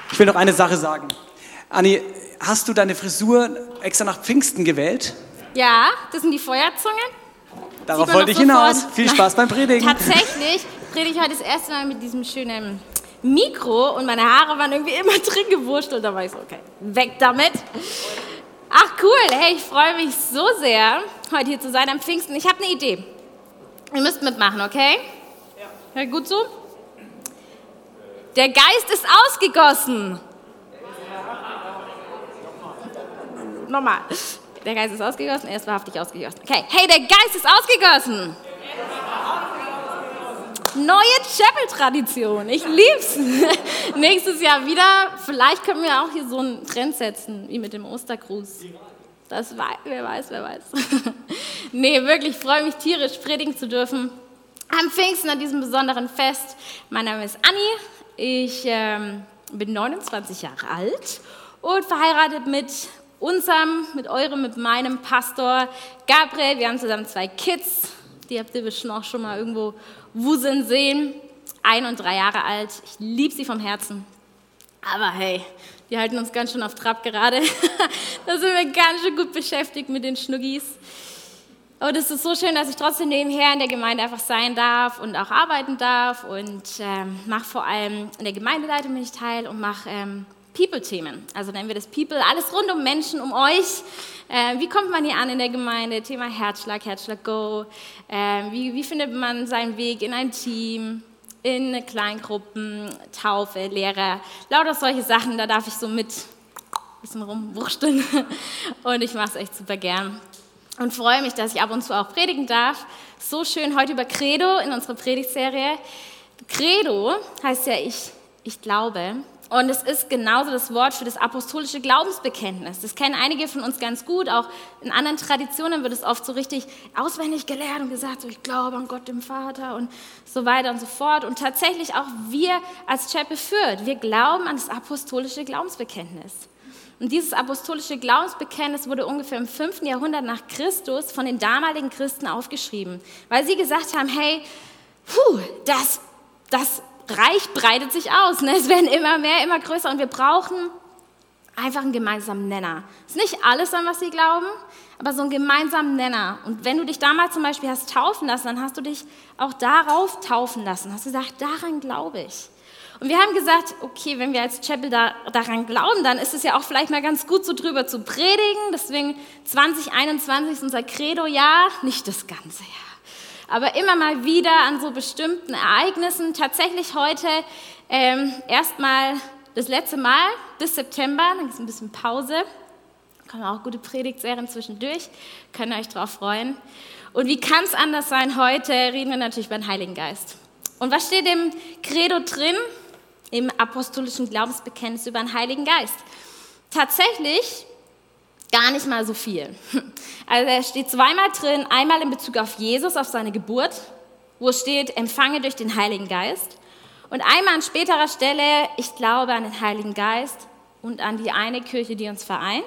Ich will noch eine Sache sagen. Anni, hast du deine Frisur extra nach Pfingsten gewählt? Ja, das sind die Feuerzungen. Darauf wollte ich hinaus. Viel Spaß beim Predigen. Tatsächlich predige ich heute das erste Mal mit diesem schönen Mikro und meine Haare waren irgendwie immer drin gewurschtelt. Da war ich so, okay, weg damit. Ach cool, hey, ich freue mich so sehr, heute hier zu sein am Pfingsten. Ich habe eine Idee. Ihr müsst mitmachen, okay? Ja. Hört gut zu? Der Geist ist ausgegossen. Nochmal. Der Geist ist ausgegossen, er ist wahrhaftig ausgegossen. Okay, hey, der Geist ist ausgegossen. Neue Chapel-Tradition, ich lieb's. Nächstes Jahr wieder, vielleicht können wir auch hier so einen Trend setzen, wie mit dem Ostergruß. Wer weiß. Nee, wirklich, ich freue mich tierisch, predigen zu dürfen. Am Pfingsten, an diesem besonderen Fest. Mein Name ist Anni, ich bin 29 Jahre alt und verheiratet mit meinem Pastor Gabriel. Wir haben zusammen 2 Kids, die habt ihr bestimmt auch schon mal irgendwo wuseln sehen. 1 und 3 Jahre alt. Ich liebe sie vom Herzen. Aber hey, die halten uns ganz schön auf Trab gerade. Da sind wir ganz schön gut beschäftigt mit den Schnuggis. Aber das ist so schön, dass ich trotzdem nebenher in der Gemeinde einfach sein darf und auch arbeiten darf. Und mache vor allem in der Gemeindeleitung bin ich teil und mache People-Themen. Also nennen wir das People, alles rund um Menschen, um euch. Wie kommt man hier an in der Gemeinde? Thema Herzschlag Go. Wie findet man seinen Weg in ein Team, in Kleingruppen, Taufe, Lehrer, lauter solche Sachen. Da darf ich so mit ein bisschen rumwursteln. Und ich mache es echt super gern. Und freue mich, dass ich ab und zu auch predigen darf. So schön heute über Credo in unserer Predigtserie. Credo heißt ja ich glaube. Und es ist genauso das Wort für das apostolische Glaubensbekenntnis. Das kennen einige von uns ganz gut. Auch in anderen Traditionen wird es oft so richtig auswendig gelehrt und gesagt, so ich glaube an Gott, dem Vater und so weiter und so fort. Und tatsächlich auch wir als Chapel Fürth, wir glauben an das apostolische Glaubensbekenntnis. Und dieses apostolische Glaubensbekenntnis wurde ungefähr im 5. Jahrhundert nach Christus von den damaligen Christen aufgeschrieben, weil sie gesagt haben, hey, das Reich breitet sich aus, ne? Es werden immer mehr, immer größer und wir brauchen einfach einen gemeinsamen Nenner. Es ist nicht alles, an was sie glauben, aber so einen gemeinsamen Nenner. Und wenn du dich damals zum Beispiel hast taufen lassen, dann hast du dich auch darauf taufen lassen. Hast gesagt, daran glaube ich. Und wir haben gesagt, okay, wenn wir als Chapel daran glauben, dann ist es ja auch vielleicht mal ganz gut, so drüber zu predigen. Deswegen 2021 ist unser Credo-Jahr, nicht das ganze Jahr. Aber immer mal wieder an so bestimmten Ereignissen, tatsächlich heute erstmal das letzte Mal bis September, dann ist ein bisschen Pause, kommen auch gute Predigtserien zwischendurch, könnt ihr euch drauf freuen. Und wie kann es anders sein, heute reden wir natürlich über den Heiligen Geist. Und was steht im Credo drin, im apostolischen Glaubensbekenntnis über den Heiligen Geist? Tatsächlich gar nicht mal so viel. Also er steht zweimal drin, einmal in Bezug auf Jesus, auf seine Geburt, wo es steht, empfange durch den Heiligen Geist. Und einmal an späterer Stelle, ich glaube an den Heiligen Geist und an die eine Kirche, die uns vereint.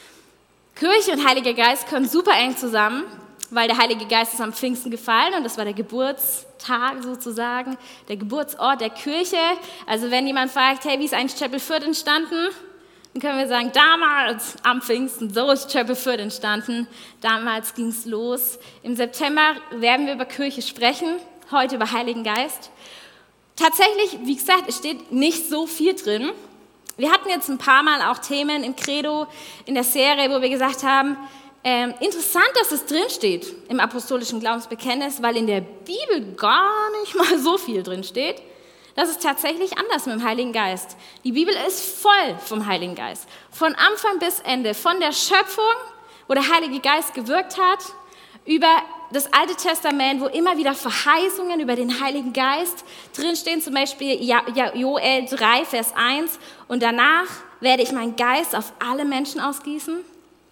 Kirche und Heiliger Geist gehören super eng zusammen, weil der Heilige Geist ist am Pfingsten gefallen und das war der Geburtstag sozusagen, der Geburtsort der Kirche. Also wenn jemand fragt, hey, wie ist eigentlich Chapel Fürth entstanden? Dann können wir sagen, damals am Pfingsten, so ist Chapel Fürth entstanden. Damals ging es los. Im September werden wir über Kirche sprechen, heute über Heiligen Geist. Tatsächlich, wie gesagt, es steht nicht so viel drin. Wir hatten jetzt ein paar Mal auch Themen im Credo, in der Serie, wo wir gesagt haben, interessant, dass es drin steht im apostolischen Glaubensbekenntnis, weil in der Bibel gar nicht mal so viel drin steht. Das ist tatsächlich anders mit dem Heiligen Geist. Die Bibel ist voll vom Heiligen Geist. Von Anfang bis Ende, von der Schöpfung, wo der Heilige Geist gewirkt hat, über das Alte Testament, wo immer wieder Verheißungen über den Heiligen Geist drinstehen, zum Beispiel Joel 3, Vers 1, und danach werde ich meinen Geist auf alle Menschen ausgießen.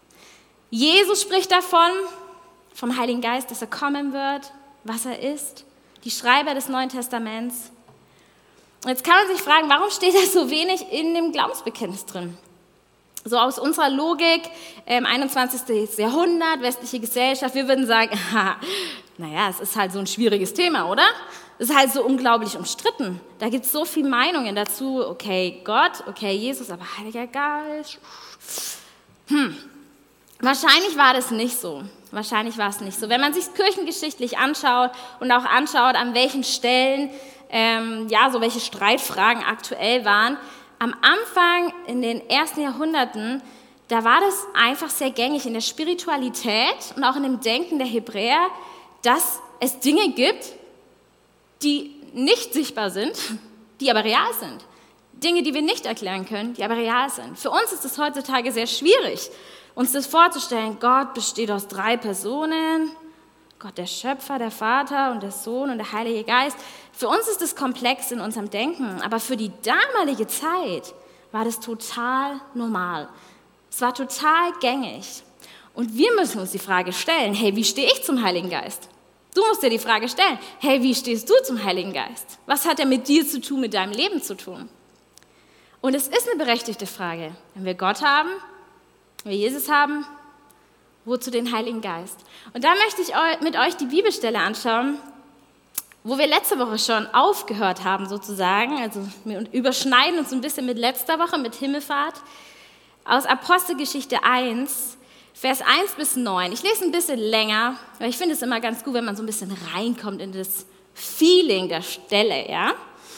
Jesus spricht davon, vom Heiligen Geist, dass er kommen wird, was er ist, die Schreiber des Neuen Testaments. Und jetzt kann man sich fragen, warum steht da so wenig in dem Glaubensbekenntnis drin? So aus unserer Logik, 21. Jahrhundert, westliche Gesellschaft, wir würden sagen, naja, es ist halt so ein schwieriges Thema, oder? Es ist halt so unglaublich umstritten. Da gibt es so viele Meinungen dazu. Okay, Gott, okay, Jesus, aber Heiliger Geist. Wahrscheinlich war das nicht so. Wahrscheinlich war es nicht so. Wenn man sich kirchengeschichtlich anschaut und auch anschaut, an welchen Stellen, so welche Streitfragen aktuell waren, am Anfang in den ersten Jahrhunderten, da war das einfach sehr gängig in der Spiritualität und auch in dem Denken der Hebräer, dass es Dinge gibt, die nicht sichtbar sind, die aber real sind. Dinge, die wir nicht erklären können, die aber real sind. Für uns ist es heutzutage sehr schwierig, uns das vorzustellen. Gott besteht aus 3 Personen, Gott der Schöpfer, der Vater und der Sohn und der Heilige Geist. Für uns ist es komplex in unserem Denken, aber für die damalige Zeit war das total normal. Es war total gängig. Und wir müssen uns die Frage stellen, hey, wie stehe ich zum Heiligen Geist? Du musst dir die Frage stellen, hey, wie stehst du zum Heiligen Geist? Was hat er mit dir zu tun, mit deinem Leben zu tun? Und es ist eine berechtigte Frage. Wenn wir Gott haben, wenn wir Jesus haben, wozu den Heiligen Geist? Und da möchte ich mit euch die Bibelstelle anschauen, wo wir letzte Woche schon aufgehört haben sozusagen. Also wir überschneiden uns ein bisschen mit letzter Woche, mit Himmelfahrt. Aus Apostelgeschichte 1, Vers 1 bis 9. Ich lese ein bisschen länger, weil ich finde es immer ganz gut, wenn man so ein bisschen reinkommt in das Feeling der Stelle, ja.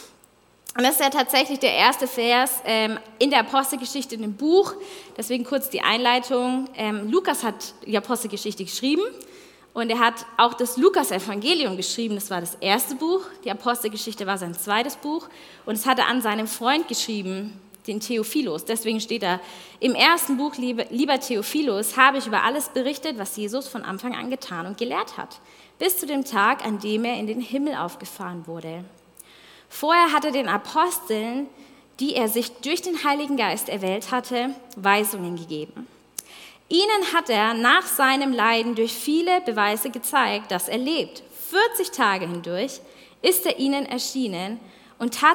Und das ist ja tatsächlich der erste Vers in der Apostelgeschichte in dem Buch. Deswegen kurz die Einleitung. Lukas hat die Apostelgeschichte geschrieben und er hat auch das Lukas-Evangelium geschrieben. Das war das erste Buch. Die Apostelgeschichte war sein zweites Buch und es hat er an seinem Freund geschrieben, den Theophilus. Deswegen steht da im ersten Buch, lieber Theophilus, habe ich über alles berichtet, was Jesus von Anfang an getan und gelehrt hat, bis zu dem Tag, an dem er in den Himmel aufgefahren wurde. Vorher hat er den Aposteln, die er sich durch den Heiligen Geist erwählt hatte, Weisungen gegeben. Ihnen hat er nach seinem Leiden durch viele Beweise gezeigt, dass er lebt. 40 Tage hindurch ist er ihnen erschienen und hat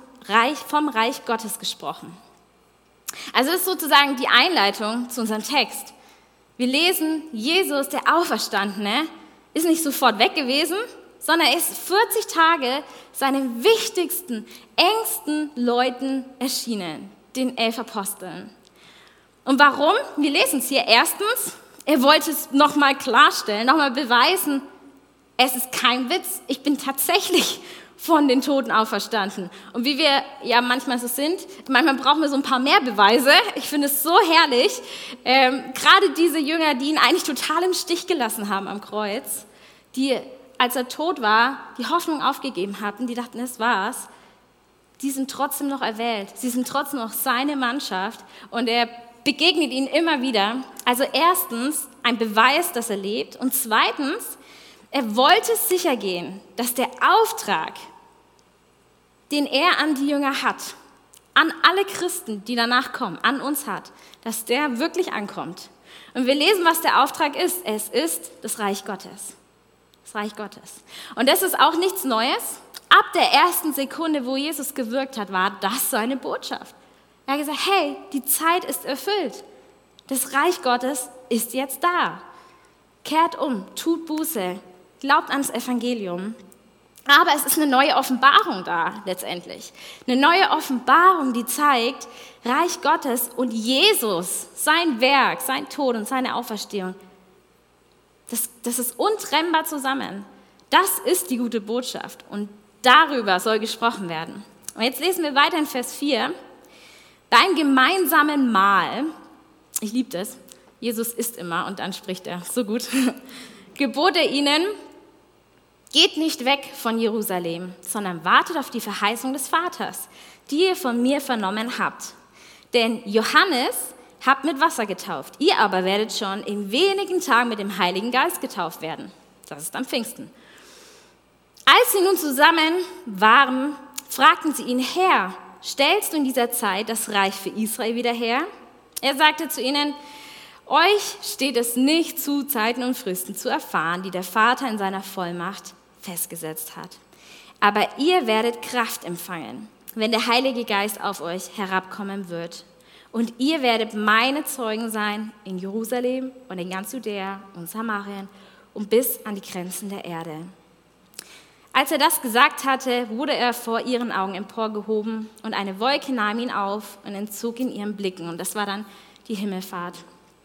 vom Reich Gottes gesprochen. Also das ist sozusagen die Einleitung zu unserem Text. Wir lesen, Jesus, der Auferstandene, ist nicht sofort weg gewesen, sondern er ist 40 Tage seinen wichtigsten, engsten Leuten erschienen, den 11 Aposteln. Und warum? Wir lesen es hier. Erstens, er wollte es nochmal klarstellen, nochmal beweisen, es ist kein Witz, ich bin tatsächlich von den Toten auferstanden. Und wie wir ja manchmal so sind, manchmal brauchen wir so ein paar mehr Beweise. Ich finde es so herrlich, gerade diese Jünger, die ihn eigentlich total im Stich gelassen haben am Kreuz, die, als er tot war, die Hoffnung aufgegeben hatten, die dachten, es war's, die sind trotzdem noch erwählt. Sie sind trotzdem noch seine Mannschaft und er begegnet ihnen immer wieder. Also erstens ein Beweis, dass er lebt und zweitens, er wollte sicher gehen, dass der Auftrag, den er an die Jünger hat, an alle Christen, die danach kommen, an uns hat, dass der wirklich ankommt. Und wir lesen, was der Auftrag ist. Es ist das Reich Gottes. Das Reich Gottes. Und das ist auch nichts Neues. Ab der ersten Sekunde, wo Jesus gewirkt hat, war das seine Botschaft. Er hat gesagt, hey, die Zeit ist erfüllt. Das Reich Gottes ist jetzt da. Kehrt um, tut Buße, glaubt ans Evangelium. Aber es ist eine neue Offenbarung da letztendlich. Eine neue Offenbarung, die zeigt, Reich Gottes und Jesus, sein Werk, sein Tod und seine Auferstehung, das ist untrennbar zusammen. Das ist die gute Botschaft und darüber soll gesprochen werden. Und jetzt lesen wir weiter in Vers 4. Beim gemeinsamen Mahl, ich liebe das, Jesus isst immer und dann spricht er, so gut, gebot er ihnen, geht nicht weg von Jerusalem, sondern wartet auf die Verheißung des Vaters, die ihr von mir vernommen habt. Denn Johannes hat mit Wasser getauft, ihr aber werdet schon in wenigen Tagen mit dem Heiligen Geist getauft werden. Das ist am Pfingsten. Als sie nun zusammen waren, fragten sie ihn, Herr, stellst du in dieser Zeit das Reich für Israel wieder her? Er sagte zu ihnen, euch steht es nicht zu, Zeiten und Fristen zu erfahren, die der Vater in seiner Vollmacht festgesetzt hat. Aber ihr werdet Kraft empfangen, wenn der Heilige Geist auf euch herabkommen wird. Und ihr werdet meine Zeugen sein in Jerusalem und in ganz Judäa und Samarien und bis an die Grenzen der Erde. Als er das gesagt hatte, wurde er vor ihren Augen emporgehoben und eine Wolke nahm ihn auf und entzog ihn ihren Blicken. Und das war dann die Himmelfahrt.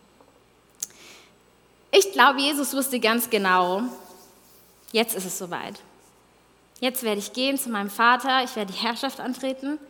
Ich glaube, Jesus wusste ganz genau, jetzt ist es soweit. Jetzt werde ich gehen zu meinem Vater, ich werde die Herrschaft antreten.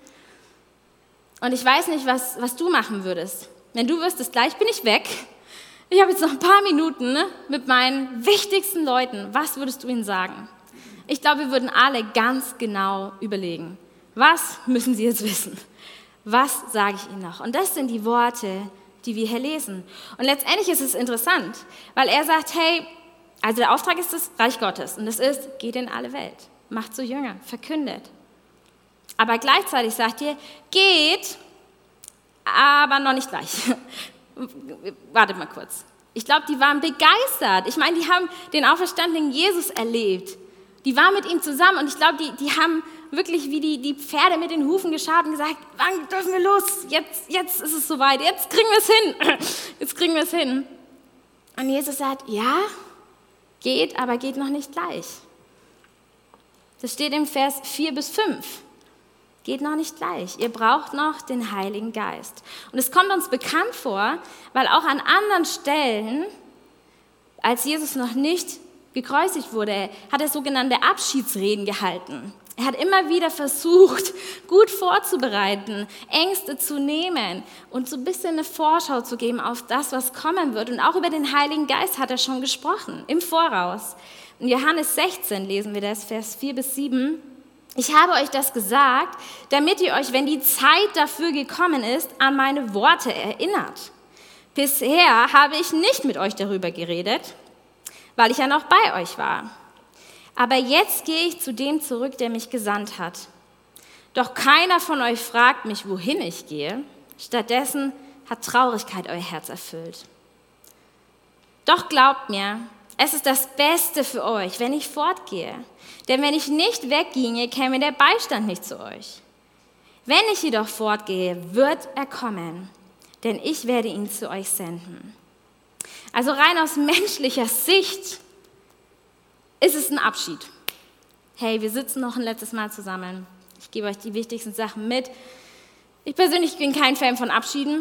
Und ich weiß nicht, was du machen würdest. Wenn du wüsstest, gleich bin ich weg. Ich habe jetzt noch ein paar Minuten mit meinen wichtigsten Leuten. Was würdest du ihnen sagen? Ich glaube, wir würden alle ganz genau überlegen, was müssen sie jetzt wissen? Was sage ich ihnen noch? Und das sind die Worte, die wir hier lesen. Und letztendlich ist es interessant, weil er sagt, hey, also der Auftrag ist das Reich Gottes. Und das ist, geht in alle Welt, macht so Jünger, verkündet. Aber gleichzeitig sagt ihr, geht, aber noch nicht gleich. Wartet mal kurz. Ich glaube, die waren begeistert. Ich meine, die haben den auferstandenen Jesus erlebt. Die waren mit ihm zusammen und ich glaube, die haben wirklich wie die Pferde mit den Hufen geschart und gesagt, wann dürfen wir los? Jetzt ist es soweit, jetzt kriegen wir es hin. Jetzt kriegen wir es hin. Und Jesus sagt, ja, geht, aber geht noch nicht gleich. Das steht im Vers 4 bis 5. Geht noch nicht gleich. Ihr braucht noch den Heiligen Geist. Und es kommt uns bekannt vor, weil auch an anderen Stellen, als Jesus noch nicht gekreuzigt wurde, hat er sogenannte Abschiedsreden gehalten. Er hat immer wieder versucht, gut vorzubereiten, Ängste zu nehmen und so ein bisschen eine Vorschau zu geben auf das, was kommen wird. Und auch über den Heiligen Geist hat er schon gesprochen, im Voraus. In Johannes 16 lesen wir das, Vers 4 bis 7. Ich habe euch das gesagt, damit ihr euch, wenn die Zeit dafür gekommen ist, an meine Worte erinnert. Bisher habe ich nicht mit euch darüber geredet, weil ich ja noch bei euch war. Aber jetzt gehe ich zu dem zurück, der mich gesandt hat. Doch keiner von euch fragt mich, wohin ich gehe. Stattdessen hat Traurigkeit euer Herz erfüllt. Doch glaubt mir, es ist das Beste für euch, wenn ich fortgehe. Denn wenn ich nicht wegginge, käme der Beistand nicht zu euch. Wenn ich jedoch fortgehe, wird er kommen, denn ich werde ihn zu euch senden. Also rein aus menschlicher Sicht ist es ein Abschied. Hey, wir sitzen noch ein letztes Mal zusammen. Ich gebe euch die wichtigsten Sachen mit. Ich persönlich bin kein Fan von Abschieden.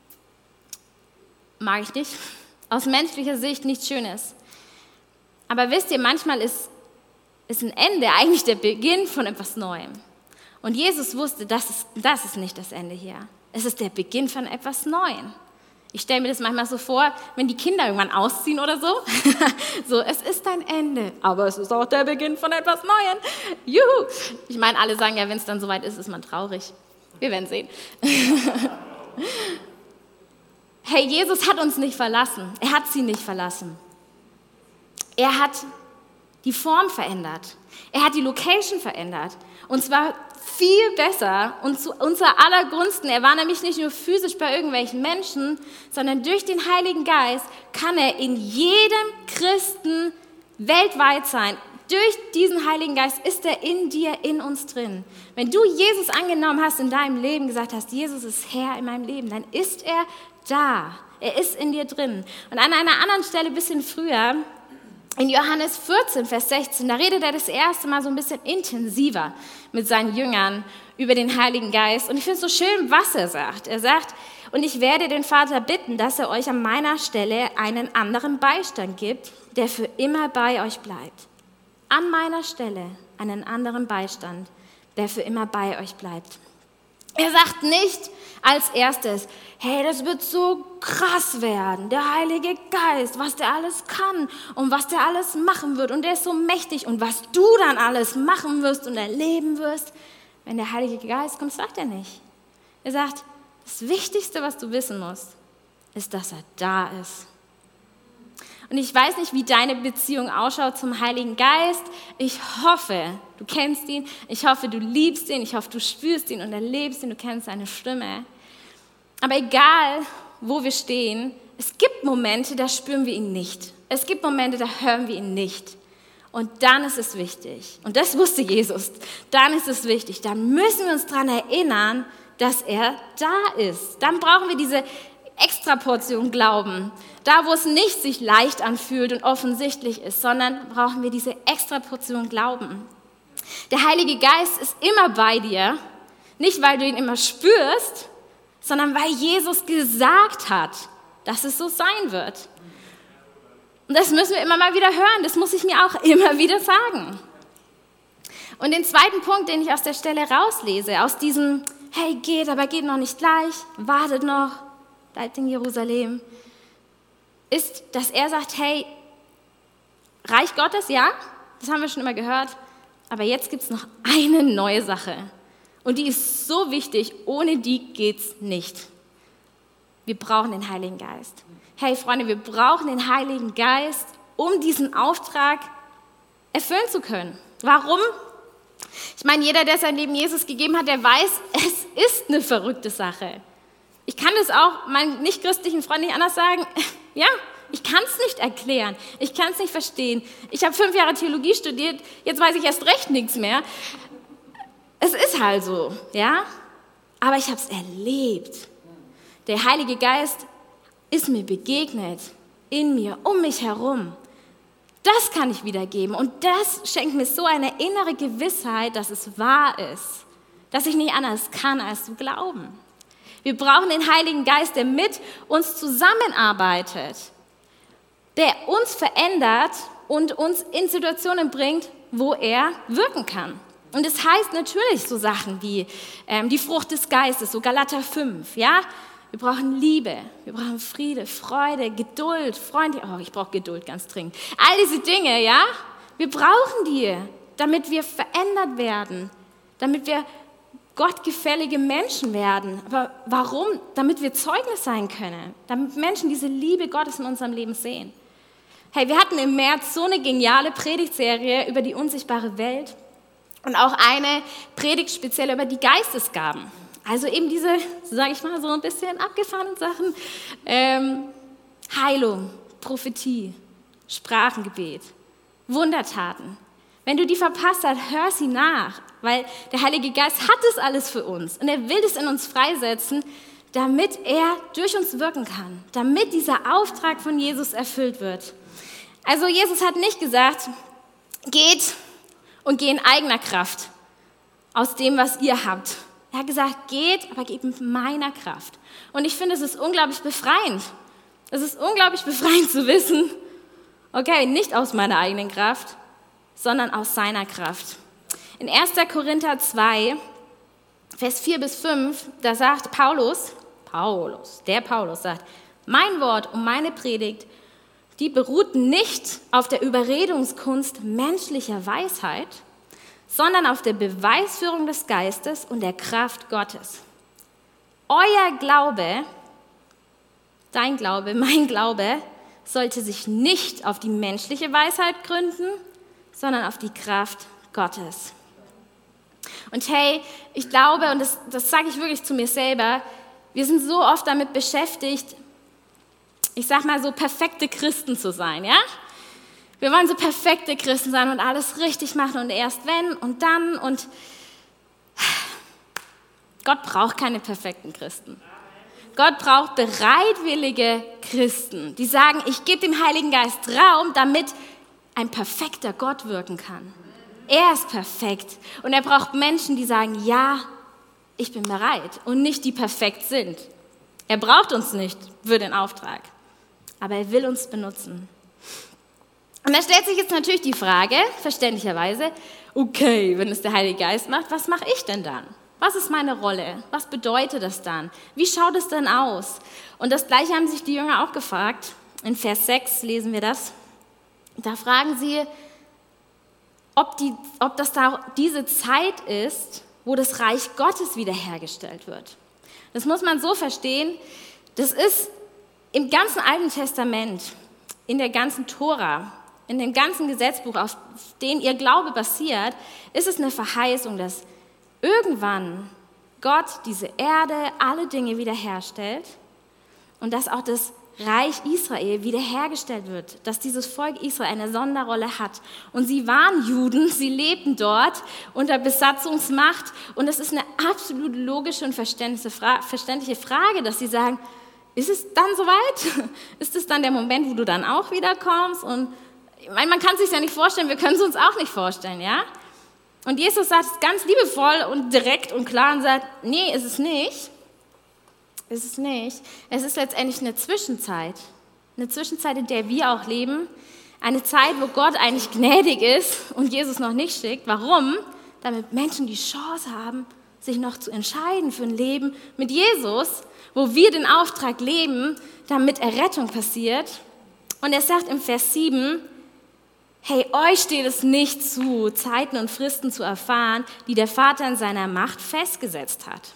Mag ich nicht. Aus menschlicher Sicht nichts Schönes. Aber wisst ihr, manchmal ist ein Ende eigentlich der Beginn von etwas Neuem. Und Jesus wusste, das ist nicht das Ende hier. Es ist der Beginn von etwas Neuem. Ich stelle mir das manchmal so vor, wenn die Kinder irgendwann ausziehen oder so. So, es ist ein Ende, aber es ist auch der Beginn von etwas Neuem. Juhu! Ich meine, alle sagen ja, wenn es dann soweit ist, ist man traurig. Wir werden sehen. Hey, Jesus hat uns nicht verlassen. Er hat sie nicht verlassen. Er hat die Form verändert. Er hat die Location verändert. Und zwar viel besser und zu unser aller Gunsten. Er war nämlich nicht nur physisch bei irgendwelchen Menschen, sondern durch den Heiligen Geist kann er in jedem Christen weltweit sein. Durch diesen Heiligen Geist ist er in dir, in uns drin. Wenn du Jesus angenommen hast in deinem Leben, gesagt hast, Jesus ist Herr in meinem Leben, dann ist er da. Er ist in dir drin. Und an einer anderen Stelle, ein bisschen früher, in Johannes 14, Vers 16, da redet er das erste Mal so ein bisschen intensiver mit seinen Jüngern über den Heiligen Geist. Und ich finde es so schön, was er sagt. Er sagt, und ich werde den Vater bitten, dass er euch an meiner Stelle einen anderen Beistand gibt, der für immer bei euch bleibt. An meiner Stelle einen anderen Beistand, der für immer bei euch bleibt. Er sagt nicht als erstes, hey, das wird so krass werden, der Heilige Geist, was der alles kann und was der alles machen wird und der ist so mächtig und was du dann alles machen wirst und erleben wirst. Wenn der Heilige Geist kommt, sagt er nicht. Er sagt, das Wichtigste, was du wissen musst, ist, dass er da ist. Und ich weiß nicht, wie deine Beziehung ausschaut zum Heiligen Geist. Ich hoffe, du kennst ihn. Ich hoffe, du liebst ihn. Ich hoffe, du spürst ihn und erlebst ihn. Du kennst seine Stimme. Aber egal, wo wir stehen, es gibt Momente, da spüren wir ihn nicht. Es gibt Momente, da hören wir ihn nicht. Und dann ist es wichtig. Und das wusste Jesus. Dann ist es wichtig. Dann müssen wir uns daran erinnern, dass er da ist. Dann brauchen wir diese extra Portion Glauben. Da, wo es nicht sich leicht anfühlt und offensichtlich ist, sondern brauchen wir diese extra Portion Glauben. Der Heilige Geist ist immer bei dir, nicht weil du ihn immer spürst, sondern weil Jesus gesagt hat, dass es so sein wird. Und das müssen wir immer mal wieder hören, das muss ich mir auch immer wieder sagen. Und den zweiten Punkt, den ich aus der Stelle rauslese, aus diesem, hey, geht, aber geht noch nicht gleich, wartet noch, bleibt in Jerusalem, ist, dass er sagt, hey, Reich Gottes, ja, das haben wir schon immer gehört, aber jetzt gibt es noch eine neue Sache. Und die ist so wichtig, ohne die geht's nicht. Wir brauchen den Heiligen Geist. Hey Freunde, wir brauchen den Heiligen Geist, um diesen Auftrag erfüllen zu können. Warum? Ich meine, jeder, der sein Leben Jesus gegeben hat, der weiß, es ist eine verrückte Sache. Ich kann es auch meinen nicht-christlichen Freunden nicht anders sagen. Ja, ich kann es nicht erklären. Ich kann es nicht verstehen. Ich habe 5 Jahre Theologie studiert, jetzt weiß ich erst recht nichts mehr. Es ist halt so, ja. Aber ich habe es erlebt. Der Heilige Geist ist mir begegnet, in mir, um mich herum. Das kann ich wiedergeben und das schenkt mir so eine innere Gewissheit, dass es wahr ist, dass ich nicht anders kann, als zu glauben. Wir brauchen den Heiligen Geist, der mit uns zusammenarbeitet, der uns verändert und uns in Situationen bringt, wo er wirken kann. Und es heißt natürlich so Sachen wie die Frucht des Geistes, so Galater 5, ja. Wir brauchen Liebe, wir brauchen Friede, Freude, Geduld, Freundlichkeit. Oh, ich brauche Geduld ganz dringend. All diese Dinge, ja, wir brauchen die, damit wir verändert werden, damit wir gottgefällige Menschen werden. Aber warum? Damit wir Zeugnis sein können, damit Menschen diese Liebe Gottes in unserem Leben sehen. Hey, wir hatten im März so eine geniale Predigtserie über die unsichtbare Welt und auch eine Predigt speziell über die Geistesgaben. Also eben diese, sage ich mal, so ein bisschen abgefahrenen Sachen. Heilung, Prophetie, Sprachengebet, Wundertaten. Wenn du die verpasst hast, hör sie nach, weil der Heilige Geist hat es alles für uns und er will es in uns freisetzen, damit er durch uns wirken kann, damit dieser Auftrag von Jesus erfüllt wird. Also Jesus hat nicht gesagt, geht und geh in eigener Kraft aus dem, was ihr habt. Er hat gesagt, geht, aber geht mit meiner Kraft. Und ich finde, es ist unglaublich befreiend. Es ist unglaublich befreiend zu wissen, okay, nicht aus meiner eigenen Kraft, sondern aus seiner Kraft. In 1. Korinther 2, Vers 4-5, da sagt Paulus sagt, mein Wort und meine Predigt, die beruhten nicht auf der Überredungskunst menschlicher Weisheit, sondern auf der Beweisführung des Geistes und der Kraft Gottes. Euer Glaube, dein Glaube, mein Glaube, sollte sich nicht auf die menschliche Weisheit gründen, sondern auf die Kraft Gottes. Und hey, ich glaube, und das sage ich wirklich zu mir selber, wir sind so oft damit beschäftigt, ich sag mal so perfekte Christen zu sein, ja? Wir wollen so perfekte Christen sein und alles richtig machen und erst wenn und dann und Gott braucht keine perfekten Christen. Gott braucht bereitwillige Christen, die sagen, ich gebe dem Heiligen Geist Raum, damit ein perfekter Gott wirken kann. Er ist perfekt und er braucht Menschen, die sagen, ja, ich bin bereit und nicht die perfekt sind. Er braucht uns nicht für den Auftrag, aber er will uns benutzen. Und da stellt sich jetzt natürlich die Frage, verständlicherweise, okay, wenn es der Heilige Geist macht, was mache ich denn dann? Was ist meine Rolle? Was bedeutet das dann? Wie schaut es denn aus? Und das Gleiche haben sich die Jünger auch gefragt. In Vers 6 lesen wir das. Da fragen sie, ob das da diese Zeit ist, wo das Reich Gottes wiederhergestellt wird. Das muss man so verstehen, das ist im ganzen Alten Testament, in der ganzen Tora, in dem ganzen Gesetzbuch, auf dem ihr Glaube basiert, ist es eine Verheißung, dass irgendwann Gott diese Erde, alle Dinge wiederherstellt und dass auch das Reich Israel wiederhergestellt wird, dass dieses Volk Israel eine Sonderrolle hat. Und sie waren Juden, sie lebten dort unter Besatzungsmacht und es ist eine absolut logische und verständliche Frage, dass sie sagen, ist es dann soweit? Ist es dann der Moment, wo du dann auch wiederkommst? Und ich meine, man kann es sich ja nicht vorstellen, wir können es uns auch nicht vorstellen, ja? Und Jesus sagt es ganz liebevoll und direkt und klar und sagt, nee, ist es nicht. Ist es nicht. Es ist letztendlich eine Zwischenzeit, in der wir auch leben. Eine Zeit, wo Gott eigentlich gnädig ist und Jesus noch nicht schickt. Warum? Damit Menschen die Chance haben, sich noch zu entscheiden für ein Leben mit Jesus, wo wir den Auftrag leben, damit Errettung passiert. Und er sagt im Vers 7, hey, euch steht es nicht zu, Zeiten und Fristen zu erfahren, die der Vater in seiner Macht festgesetzt hat.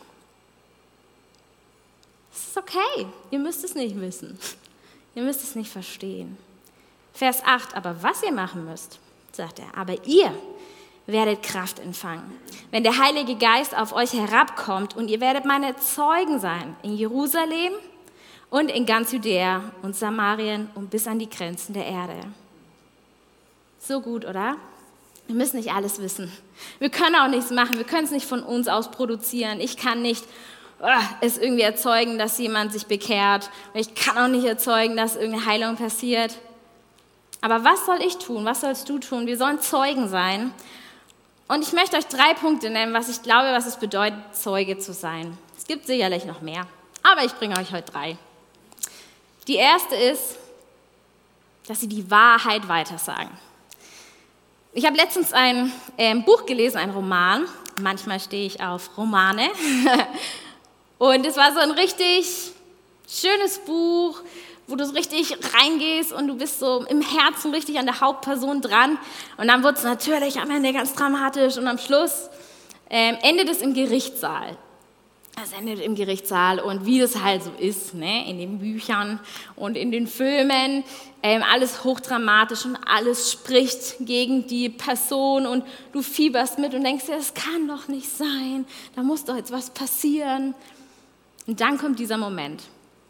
Es ist okay, ihr müsst es nicht wissen. Ihr müsst es nicht verstehen. Vers 8, aber was ihr machen müsst, sagt er, aber ihr werdet Kraft empfangen, wenn der Heilige Geist auf euch herabkommt und ihr werdet meine Zeugen sein in Jerusalem und in ganz Judäa und Samarien und bis an die Grenzen der Erde. So gut, oder? Wir müssen nicht alles wissen. Wir können auch nichts machen, wir können es nicht von uns aus produzieren. Ich kann nicht es irgendwie erzeugen, dass jemand sich bekehrt. Ich kann auch nicht erzeugen, dass irgendeine Heilung passiert. Aber was soll ich tun? Was sollst du tun? Wir sollen Zeugen sein. Und ich möchte euch 3 Punkte nennen, was ich glaube, was es bedeutet, Zeuge zu sein. Es gibt sicherlich noch mehr, aber ich bringe euch heute 3. Die erste ist, dass sie die Wahrheit weitersagen. Ich habe letztens ein Buch gelesen, ein Roman. Manchmal stehe ich auf Romane. Und es war so ein richtig schönes Buch, wo du so richtig reingehst und du bist so im Herzen richtig an der Hauptperson dran. Und dann wird es natürlich am Ende ganz dramatisch und am Schluss endet es im Gerichtssaal. Es endet im Gerichtssaal und wie das halt so ist, ne, in den Büchern und in den Filmen, alles hochdramatisch und alles spricht gegen die Person und du fieberst mit und denkst dir, das kann doch nicht sein, da muss doch jetzt was passieren. Und dann kommt dieser Moment.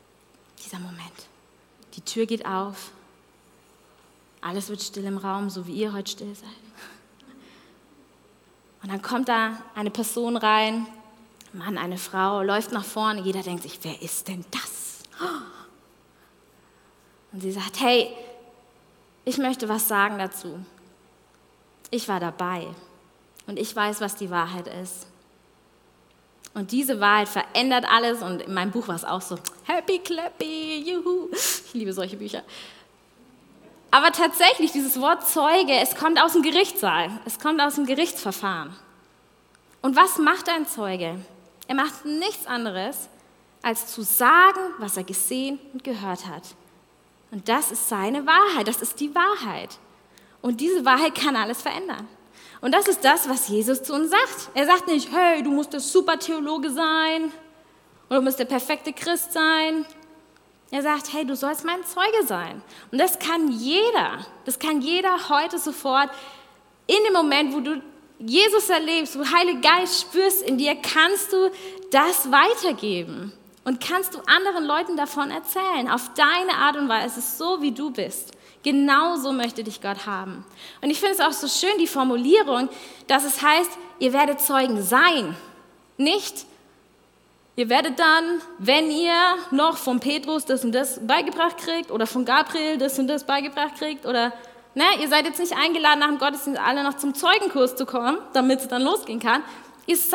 Die Tür geht auf, alles wird still im Raum, so wie ihr heute still seid. Und dann kommt da eine Person rein, ein Mann, eine Frau, läuft nach vorne, jeder denkt sich, wer ist denn das? Und sie sagt, hey, ich möchte was sagen dazu. Ich war dabei und ich weiß, was die Wahrheit ist. Und diese Wahrheit verändert alles und in meinem Buch war es auch so, happy clappy, juhu. Ich liebe solche Bücher. Aber tatsächlich, dieses Wort Zeuge, es kommt aus dem Gerichtssaal, es kommt aus dem Gerichtsverfahren. Und was macht ein Zeuge? Er macht nichts anderes, als zu sagen, was er gesehen und gehört hat. Und das ist seine Wahrheit, das ist die Wahrheit. Und diese Wahrheit kann alles verändern. Und das ist das, was Jesus zu uns sagt. Er sagt nicht, hey, du musst der Supertheologe sein oder du musst der perfekte Christ sein. Er sagt, hey, du sollst mein Zeuge sein. Und das kann jeder heute sofort in dem Moment, wo du Jesus erlebst, wo Heiliger Geist spürst in dir, kannst du das weitergeben und kannst du anderen Leuten davon erzählen, auf deine Art und Weise, so wie du bist. Genau so möchte dich Gott haben. Und ich finde es auch so schön, die Formulierung, dass es heißt, ihr werdet Zeugen sein. Nicht, ihr werdet dann, wenn ihr noch von Petrus das und das beigebracht kriegt oder von Gabriel das und das beigebracht kriegt oder, ne, ihr seid jetzt nicht eingeladen, nach dem Gottesdienst alle noch zum Zeugenkurs zu kommen, damit es dann losgehen kann. Ihr seid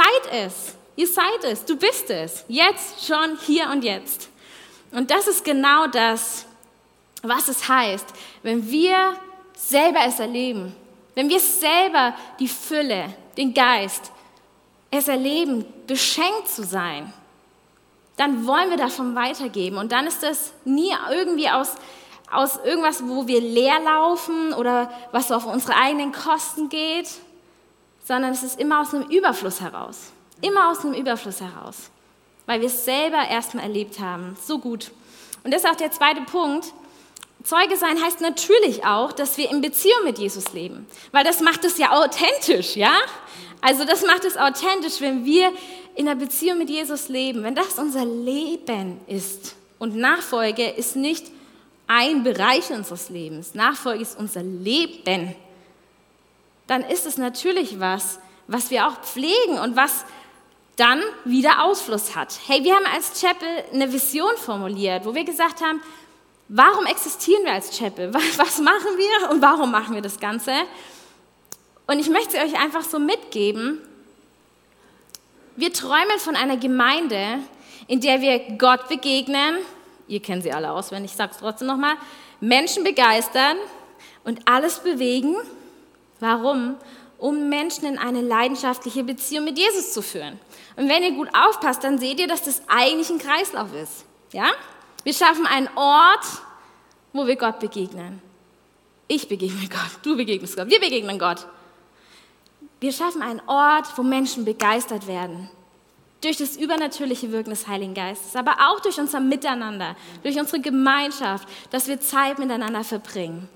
es, du bist es, jetzt, schon, hier und jetzt. Und das ist genau das, was es heißt, wenn wir selber es erleben, wenn wir selber die Fülle, den Geist, es erleben, beschenkt zu sein, dann wollen wir davon weitergeben. Und dann ist das nie irgendwie aus irgendwas, wo wir leer laufen oder was so auf unsere eigenen Kosten geht, sondern es ist immer aus einem Überfluss heraus. Immer aus einem Überfluss heraus, weil wir es selber erstmal erlebt haben. So gut. Und das ist auch der zweite Punkt. Zeuge sein heißt natürlich auch, dass wir in Beziehung mit Jesus leben, weil das macht es ja authentisch, ja? Also das macht es authentisch, wenn wir in einer Beziehung mit Jesus leben, wenn das unser Leben ist, und Nachfolge ist nicht ein Bereich unseres Lebens, Nachfolge ist unser Leben, dann ist es natürlich was wir auch pflegen und was dann wieder Ausfluss hat. Hey, wir haben als Chapel eine Vision formuliert, wo wir gesagt haben, warum existieren wir als Chapel? Was machen wir und warum machen wir das Ganze? Und ich möchte euch einfach so mitgeben, wir träumen von einer Gemeinde, in der wir Gott begegnen, ihr kennt sie alle auswendig, ich sage es trotzdem nochmal, Menschen begeistern und alles bewegen. Warum? Um Menschen in eine leidenschaftliche Beziehung mit Jesus zu führen. Und wenn ihr gut aufpasst, dann seht ihr, dass das eigentlich ein Kreislauf ist. Ja? Wir schaffen einen Ort, wo wir Gott begegnen. Ich begegne Gott, du begegnest Gott, wir begegnen Gott. Wir schaffen einen Ort, wo Menschen begeistert werden. Durch das übernatürliche Wirken des Heiligen Geistes, aber auch durch unser Miteinander, durch unsere Gemeinschaft, dass wir Zeit miteinander verbringen.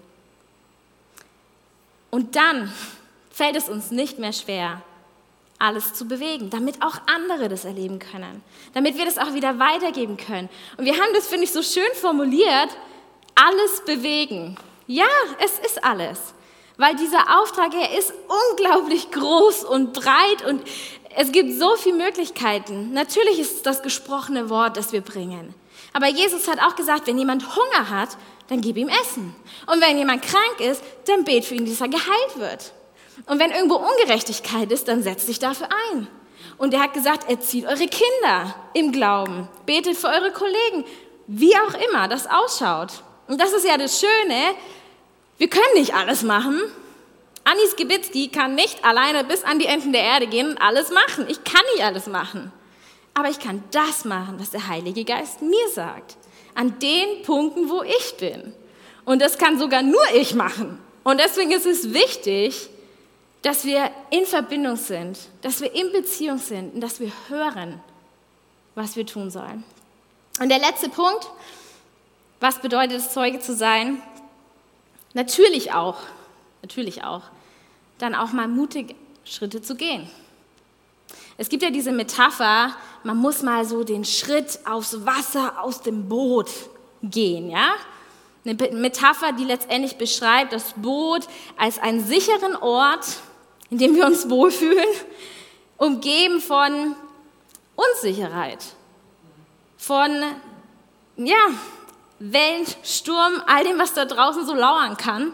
Und dann fällt es uns nicht mehr schwer, alles zu bewegen, damit auch andere das erleben können, damit wir das auch wieder weitergeben können. Und wir haben das, finde ich, so schön formuliert, alles bewegen. Ja, es ist alles, weil dieser Auftrag, er ist unglaublich groß und breit und es gibt so viele Möglichkeiten. Natürlich ist es das gesprochene Wort, das wir bringen. Aber Jesus hat auch gesagt, wenn jemand Hunger hat, dann gib ihm Essen. Und wenn jemand krank ist, dann bet für ihn, dass er geheilt wird. Und wenn irgendwo Ungerechtigkeit ist, dann setzt dich dafür ein. Und er hat gesagt, erzieht eure Kinder im Glauben, betet für eure Kollegen, wie auch immer das ausschaut. Und das ist ja das Schöne, wir können nicht alles machen. Anni Skibitzky kann nicht alleine bis an die Enden der Erde gehen und alles machen. Ich kann nicht alles machen. Aber ich kann das machen, was der Heilige Geist mir sagt. An den Punkten, wo ich bin. Und das kann sogar nur ich machen. Und deswegen ist es wichtig, dass wir in Verbindung sind, dass wir in Beziehung sind und dass wir hören, was wir tun sollen. Und der letzte Punkt, was bedeutet es, Zeuge zu sein? Natürlich auch, dann auch mal mutig Schritte zu gehen. Es gibt ja diese Metapher, man muss mal so den Schritt aufs Wasser aus dem Boot gehen, ja? Eine Metapher, die letztendlich beschreibt das Boot als einen sicheren Ort, in dem wir uns wohlfühlen, umgeben von Unsicherheit, von Wellen, Sturm, all dem, was da draußen so lauern kann.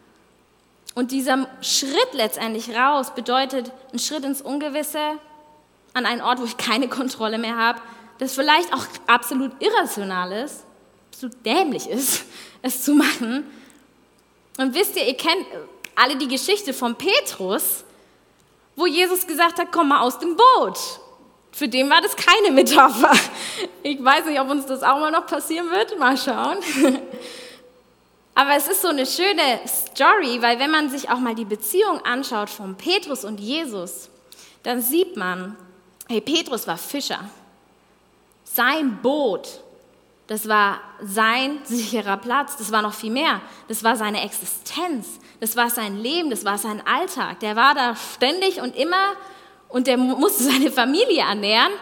Und dieser Schritt letztendlich raus bedeutet ein Schritt ins Ungewisse, an einen Ort, wo ich keine Kontrolle mehr habe, das vielleicht auch absolut irrational ist, absolut dämlich ist, es zu machen. Und wisst ihr kennt alle die Geschichte von Petrus, wo Jesus gesagt hat, komm mal aus dem Boot. Für den war das keine Metapher. Ich weiß nicht, ob uns das auch mal noch passieren wird. Mal schauen. Aber es ist so eine schöne Story, weil wenn man sich auch mal die Beziehung anschaut von Petrus und Jesus, dann sieht man, hey, Petrus war Fischer. Sein Boot, das war sein sicherer Platz, das war noch viel mehr. Das war seine Existenz, das war sein Leben, das war sein Alltag. Der war da ständig und immer und der musste seine Familie ernähren.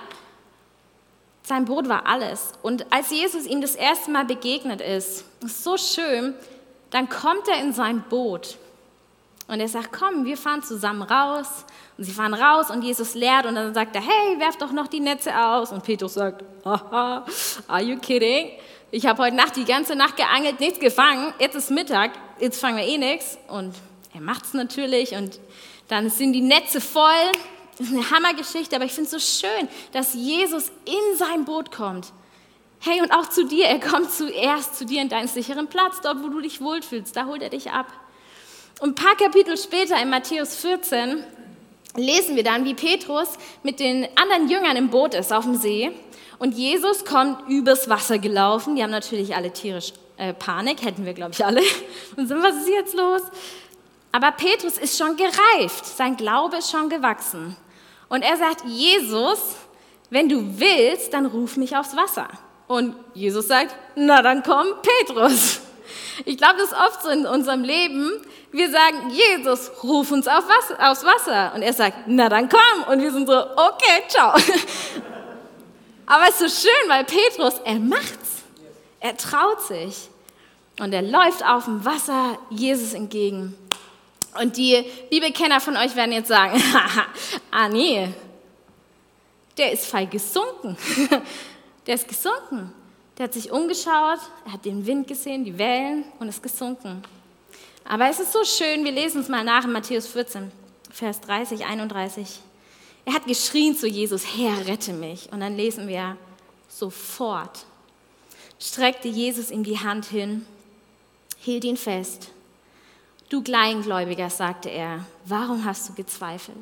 Sein Boot war alles. Und als Jesus ihm das erste Mal begegnet ist so schön, dann kommt er in sein Boot und er sagt, komm, wir fahren zusammen raus. Und sie fahren raus und Jesus lehrt und dann sagt er, hey, werf doch noch die Netze aus. Und Petrus sagt, haha, are you kidding? Ich habe heute Nacht die ganze Nacht geangelt, nichts gefangen, jetzt ist Mittag, jetzt fangen wir eh nichts. Und er macht es natürlich und dann sind die Netze voll. Das ist eine Hammergeschichte, aber ich finde es so schön, dass Jesus in sein Boot kommt. Hey, und auch zu dir, er kommt zuerst zu dir in deinen sicheren Platz, dort, wo du dich wohlfühlst, da holt er dich ab. Und ein paar Kapitel später in Matthäus 14 lesen wir dann, wie Petrus mit den anderen Jüngern im Boot ist auf dem See und Jesus kommt übers Wasser gelaufen. Die haben natürlich alle tierisch Panik, hätten wir, glaube ich, alle. Und so, was ist jetzt los? Aber Petrus ist schon gereift, sein Glaube ist schon gewachsen. Und er sagt, Jesus, wenn du willst, dann ruf mich aufs Wasser. Und Jesus sagt, na dann komm, Petrus. Ich glaube, das ist oft so in unserem Leben. Wir sagen, Jesus, ruf uns aufs Wasser. Und er sagt, na dann komm. Und wir sind so, okay, ciao. Aber es ist so schön, weil Petrus, er macht's. Er traut sich und er läuft auf dem Wasser Jesus entgegen. Und die Bibelkenner von euch werden jetzt sagen, nee, der ist feil gesunken. Der ist gesunken. Der hat sich umgeschaut, er hat den Wind gesehen, die Wellen und ist gesunken. Aber es ist so schön, wir lesen es mal nach in Matthäus 14, Vers 30, 31. Er hat geschrien zu Jesus, Herr, rette mich. Und dann lesen wir, sofort streckte Jesus ihm die Hand hin, hielt ihn fest. Du Kleingläubiger, sagte er, warum hast du gezweifelt?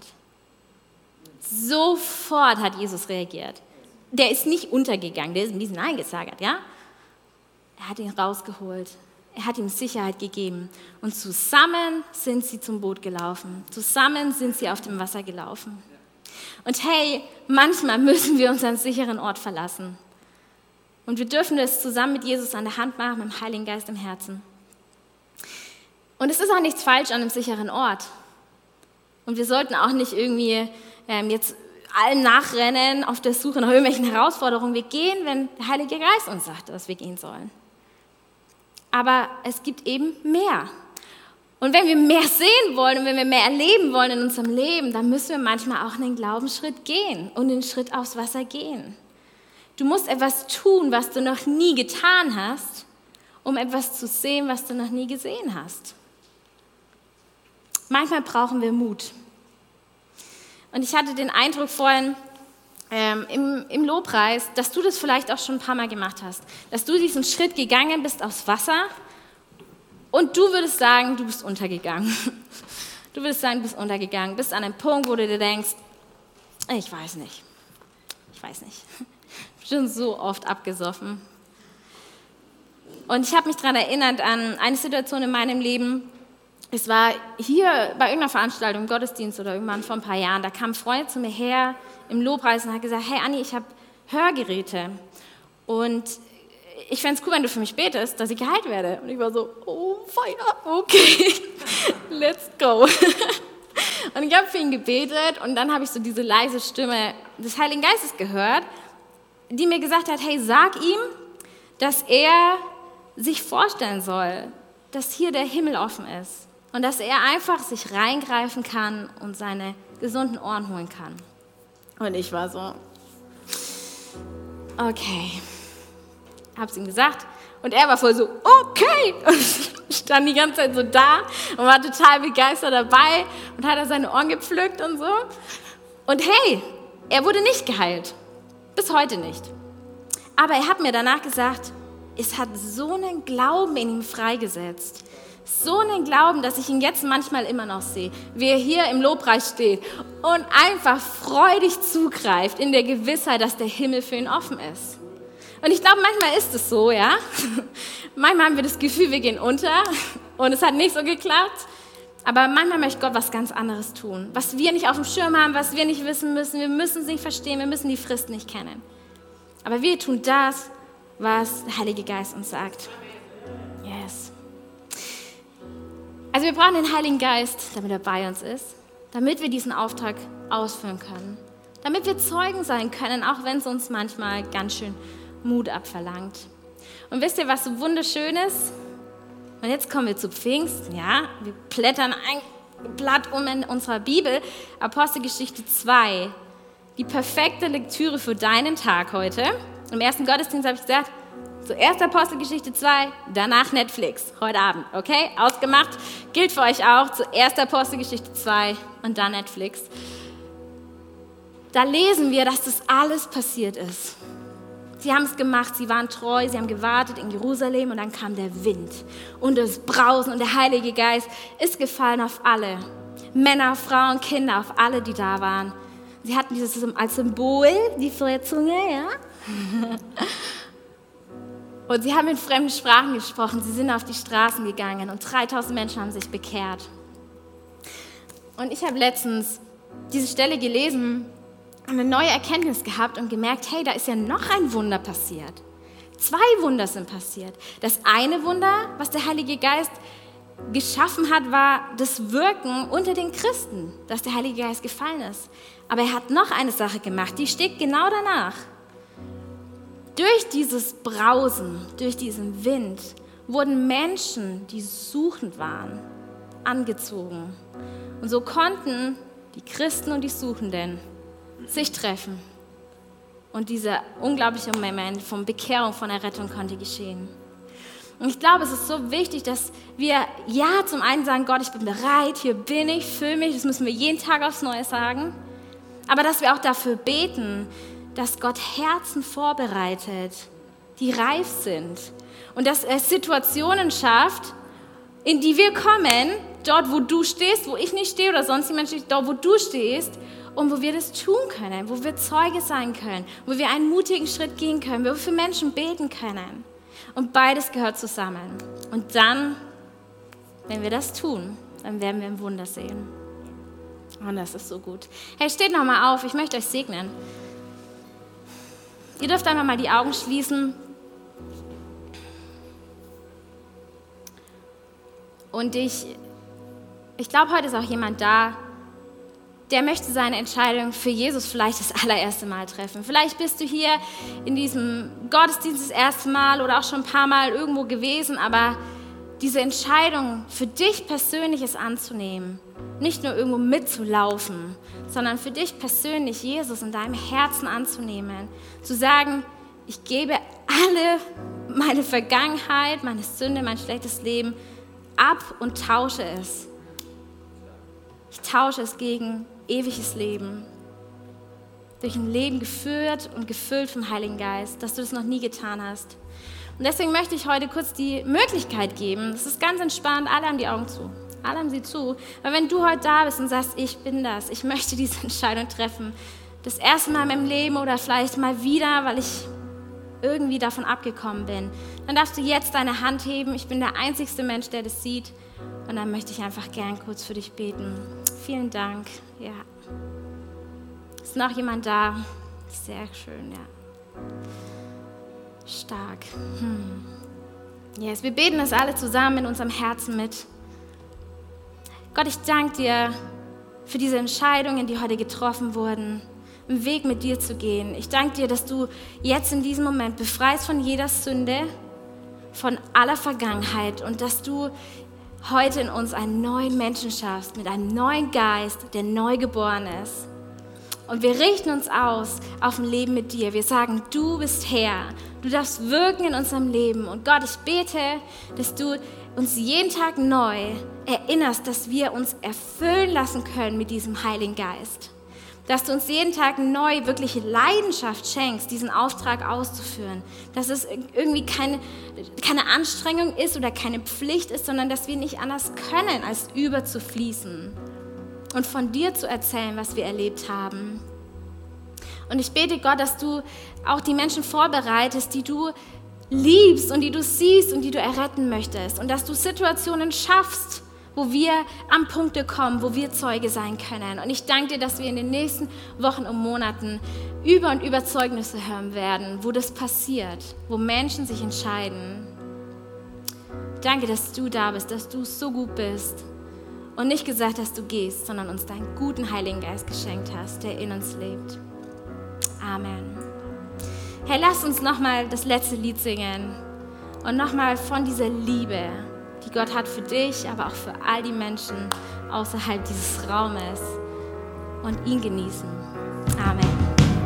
Sofort hat Jesus reagiert. Der ist nicht untergegangen, der ist ein bisschen eingesagert, ja? Er hat ihn rausgeholt, er hat ihm Sicherheit gegeben und zusammen sind sie zum Boot gelaufen, zusammen sind sie auf dem Wasser gelaufen. Und hey, manchmal müssen wir unseren sicheren Ort verlassen. Und wir dürfen das zusammen mit Jesus an der Hand machen, mit dem Heiligen Geist im Herzen. Und es ist auch nichts falsch an einem sicheren Ort. Und wir sollten auch nicht irgendwie jetzt allen nachrennen auf der Suche nach irgendwelchen Herausforderungen. Wir gehen, wenn der Heilige Geist uns sagt, dass wir gehen sollen. Aber es gibt eben mehr. Und wenn wir mehr sehen wollen und wenn wir mehr erleben wollen in unserem Leben, dann müssen wir manchmal auch einen Glaubensschritt gehen und einen Schritt aufs Wasser gehen. Du musst etwas tun, was du noch nie getan hast, um etwas zu sehen, was du noch nie gesehen hast. Manchmal brauchen wir Mut. Und ich hatte den Eindruck vorhin im Lobpreis, dass du das vielleicht auch schon ein paar Mal gemacht hast. Dass du diesen Schritt gegangen bist aufs Wasser und du würdest sagen, du bist untergegangen. Du würdest sagen, du bist untergegangen. Bist an einem Punkt, wo du dir denkst, ich weiß nicht. Ich bin schon so oft abgesoffen. Und ich habe mich daran erinnert an eine Situation in meinem Leben. Es war hier bei irgendeiner Veranstaltung, im Gottesdienst oder irgendwann vor ein paar Jahren, da kam ein Freund zu mir her im Lobpreis und hat gesagt, hey Anni, ich habe Hörgeräte und ich fände es cool, wenn du für mich betest, dass ich geheilt werde. Und ich war so, oh Feier, okay, let's go. Und ich habe für ihn gebetet und dann habe ich so diese leise Stimme des Heiligen Geistes gehört, die mir gesagt hat, hey, sag ihm, dass er sich vorstellen soll, dass hier der Himmel offen ist. Und dass er einfach sich reingreifen kann und seine gesunden Ohren holen kann. Und ich war so, okay. Hab's ihm gesagt. Und er war voll so, okay. Und stand die ganze Zeit so da und war total begeistert dabei und hat seine Ohren gepflückt und so. Und hey, er wurde nicht geheilt. Bis heute nicht. Aber er hat mir danach gesagt, es hat so einen Glauben in ihm freigesetzt. So einen Glauben, dass ich ihn jetzt manchmal immer noch sehe, wie er hier im Lobpreis steht und einfach freudig zugreift in der Gewissheit, dass der Himmel für ihn offen ist. Und ich glaube, manchmal ist es so, ja. Manchmal haben wir das Gefühl, wir gehen unter und es hat nicht so geklappt. Aber manchmal möchte Gott was ganz anderes tun, was wir nicht auf dem Schirm haben, was wir nicht wissen müssen. Wir müssen es nicht verstehen, wir müssen die Frist nicht kennen. Aber wir tun das, was der Heilige Geist uns sagt. Yes. Also wir brauchen den Heiligen Geist, damit er bei uns ist, damit wir diesen Auftrag ausführen können, damit wir Zeugen sein können, auch wenn es uns manchmal ganz schön Mut abverlangt. Und wisst ihr, was so wunderschön ist? Und jetzt kommen wir zu Pfingsten, ja? Wir blättern ein Blatt um in unserer Bibel, Apostelgeschichte 2, die perfekte Lektüre für deinen Tag heute. Im ersten Gottesdienst habe ich gesagt, zuerst Apostelgeschichte 2, danach Netflix, heute Abend, okay? Ausgemacht, gilt für euch auch, zuerst Apostelgeschichte 2 und dann Netflix. Da lesen wir, dass das alles passiert ist. Sie haben es gemacht, sie waren treu, sie haben gewartet in Jerusalem und dann kam der Wind und das Brausen und der Heilige Geist ist gefallen auf alle. Männer, Frauen, Kinder, auf alle, die da waren. Sie hatten dieses als Symbol, die Feuerzunge, ja? Und sie haben in fremden Sprachen gesprochen, sie sind auf die Straßen gegangen und 3000 Menschen haben sich bekehrt. Und ich habe letztens diese Stelle gelesen und eine neue Erkenntnis gehabt und gemerkt, hey, da ist ja noch ein Wunder passiert. 2 Wunder sind passiert. Das eine Wunder, was der Heilige Geist geschaffen hat, war das Wirken unter den Christen, dass der Heilige Geist gefallen ist. Aber er hat noch eine Sache gemacht, die steht genau danach. durch dieses Brausen, durch diesen Wind, wurden Menschen, die suchend waren, angezogen. Und so konnten die Christen und die Suchenden sich treffen. Und dieser unglaubliche Moment von Bekehrung, von Errettung konnte geschehen. Und ich glaube, es ist so wichtig, dass wir zum einen sagen, Gott, ich bin bereit, hier bin ich, füll mich, das müssen wir jeden Tag aufs Neue sagen. Aber dass wir auch dafür beten, dass Gott Herzen vorbereitet, die reif sind. Und dass er Situationen schafft, in die wir kommen, dort, wo du stehst, wo ich nicht stehe oder sonst jemand steht, dort, wo du stehst, und wo wir das tun können, wo wir Zeuge sein können, wo wir einen mutigen Schritt gehen können, wo wir für Menschen beten können. Und beides gehört zusammen. Und dann, wenn wir das tun, dann werden wir ein Wunder sehen. Und das ist so gut. Hey, steht noch mal auf, ich möchte euch segnen. Ihr dürft einfach mal die Augen schließen. Und ich glaube, heute ist auch jemand da, der möchte seine Entscheidung für Jesus vielleicht das allererste Mal treffen. Vielleicht bist du hier in diesem Gottesdienst das erste Mal oder auch schon ein paar Mal irgendwo gewesen, aber diese Entscheidung für dich persönlich es anzunehmen, nicht nur irgendwo mitzulaufen, sondern für dich persönlich Jesus in deinem Herzen anzunehmen, zu sagen, ich gebe alle meine Vergangenheit, meine Sünde, mein schlechtes Leben ab und tausche es. Ich tausche es gegen ewiges Leben. Durch ein Leben geführt und gefüllt vom Heiligen Geist, dass du das noch nie getan hast. Und deswegen möchte ich heute kurz die Möglichkeit geben, das ist ganz entspannt, alle haben die Augen zu. Alle haben sie zu. Weil wenn du heute da bist und sagst, ich bin das, ich möchte diese Entscheidung treffen, das erste Mal in meinem Leben oder vielleicht mal wieder, weil ich irgendwie davon abgekommen bin, dann darfst du jetzt deine Hand heben. Ich bin der einzigste Mensch, der das sieht. Und dann möchte ich einfach gern kurz für dich beten. Vielen Dank. Ja. Ist noch jemand da? Sehr schön, ja. Stark. Yes, wir beten das alle zusammen in unserem Herzen mit. Gott, ich danke dir für diese Entscheidungen, die heute getroffen wurden, einen Weg mit dir zu gehen. Ich danke dir, dass du jetzt in diesem Moment befreist von jeder Sünde, von aller Vergangenheit und dass du heute in uns einen neuen Menschen schaffst, mit einem neuen Geist, der neu geboren ist. Und wir richten uns aus auf ein Leben mit dir. Wir sagen, du bist Herr. Du darfst wirken in unserem Leben. Und Gott, ich bete, dass du uns jeden Tag neu erinnerst, dass wir uns erfüllen lassen können mit diesem Heiligen Geist. Dass du uns jeden Tag neu wirkliche Leidenschaft schenkst, diesen Auftrag auszuführen. Dass es irgendwie keine Anstrengung ist oder keine Pflicht ist, sondern dass wir nicht anders können, als überzufließen und von dir zu erzählen, was wir erlebt haben. Und ich bete, Gott, dass du auch die Menschen vorbereitest, die du liebst und die du siehst und die du erretten möchtest. Und dass du Situationen schaffst, wo wir an Punkte kommen, wo wir Zeuge sein können. Und ich danke dir, dass wir in den nächsten Wochen und Monaten über und über Zeugnisse hören werden, wo das passiert, wo Menschen sich entscheiden. Danke, dass du da bist, dass du so gut bist und nicht gesagt, dass du gehst, sondern uns deinen guten Heiligen Geist geschenkt hast, der in uns lebt. Amen. Herr, lass uns nochmal das letzte Lied singen und nochmal von dieser Liebe, die Gott hat für dich, aber auch für all die Menschen außerhalb dieses Raumes und ihn genießen. Amen.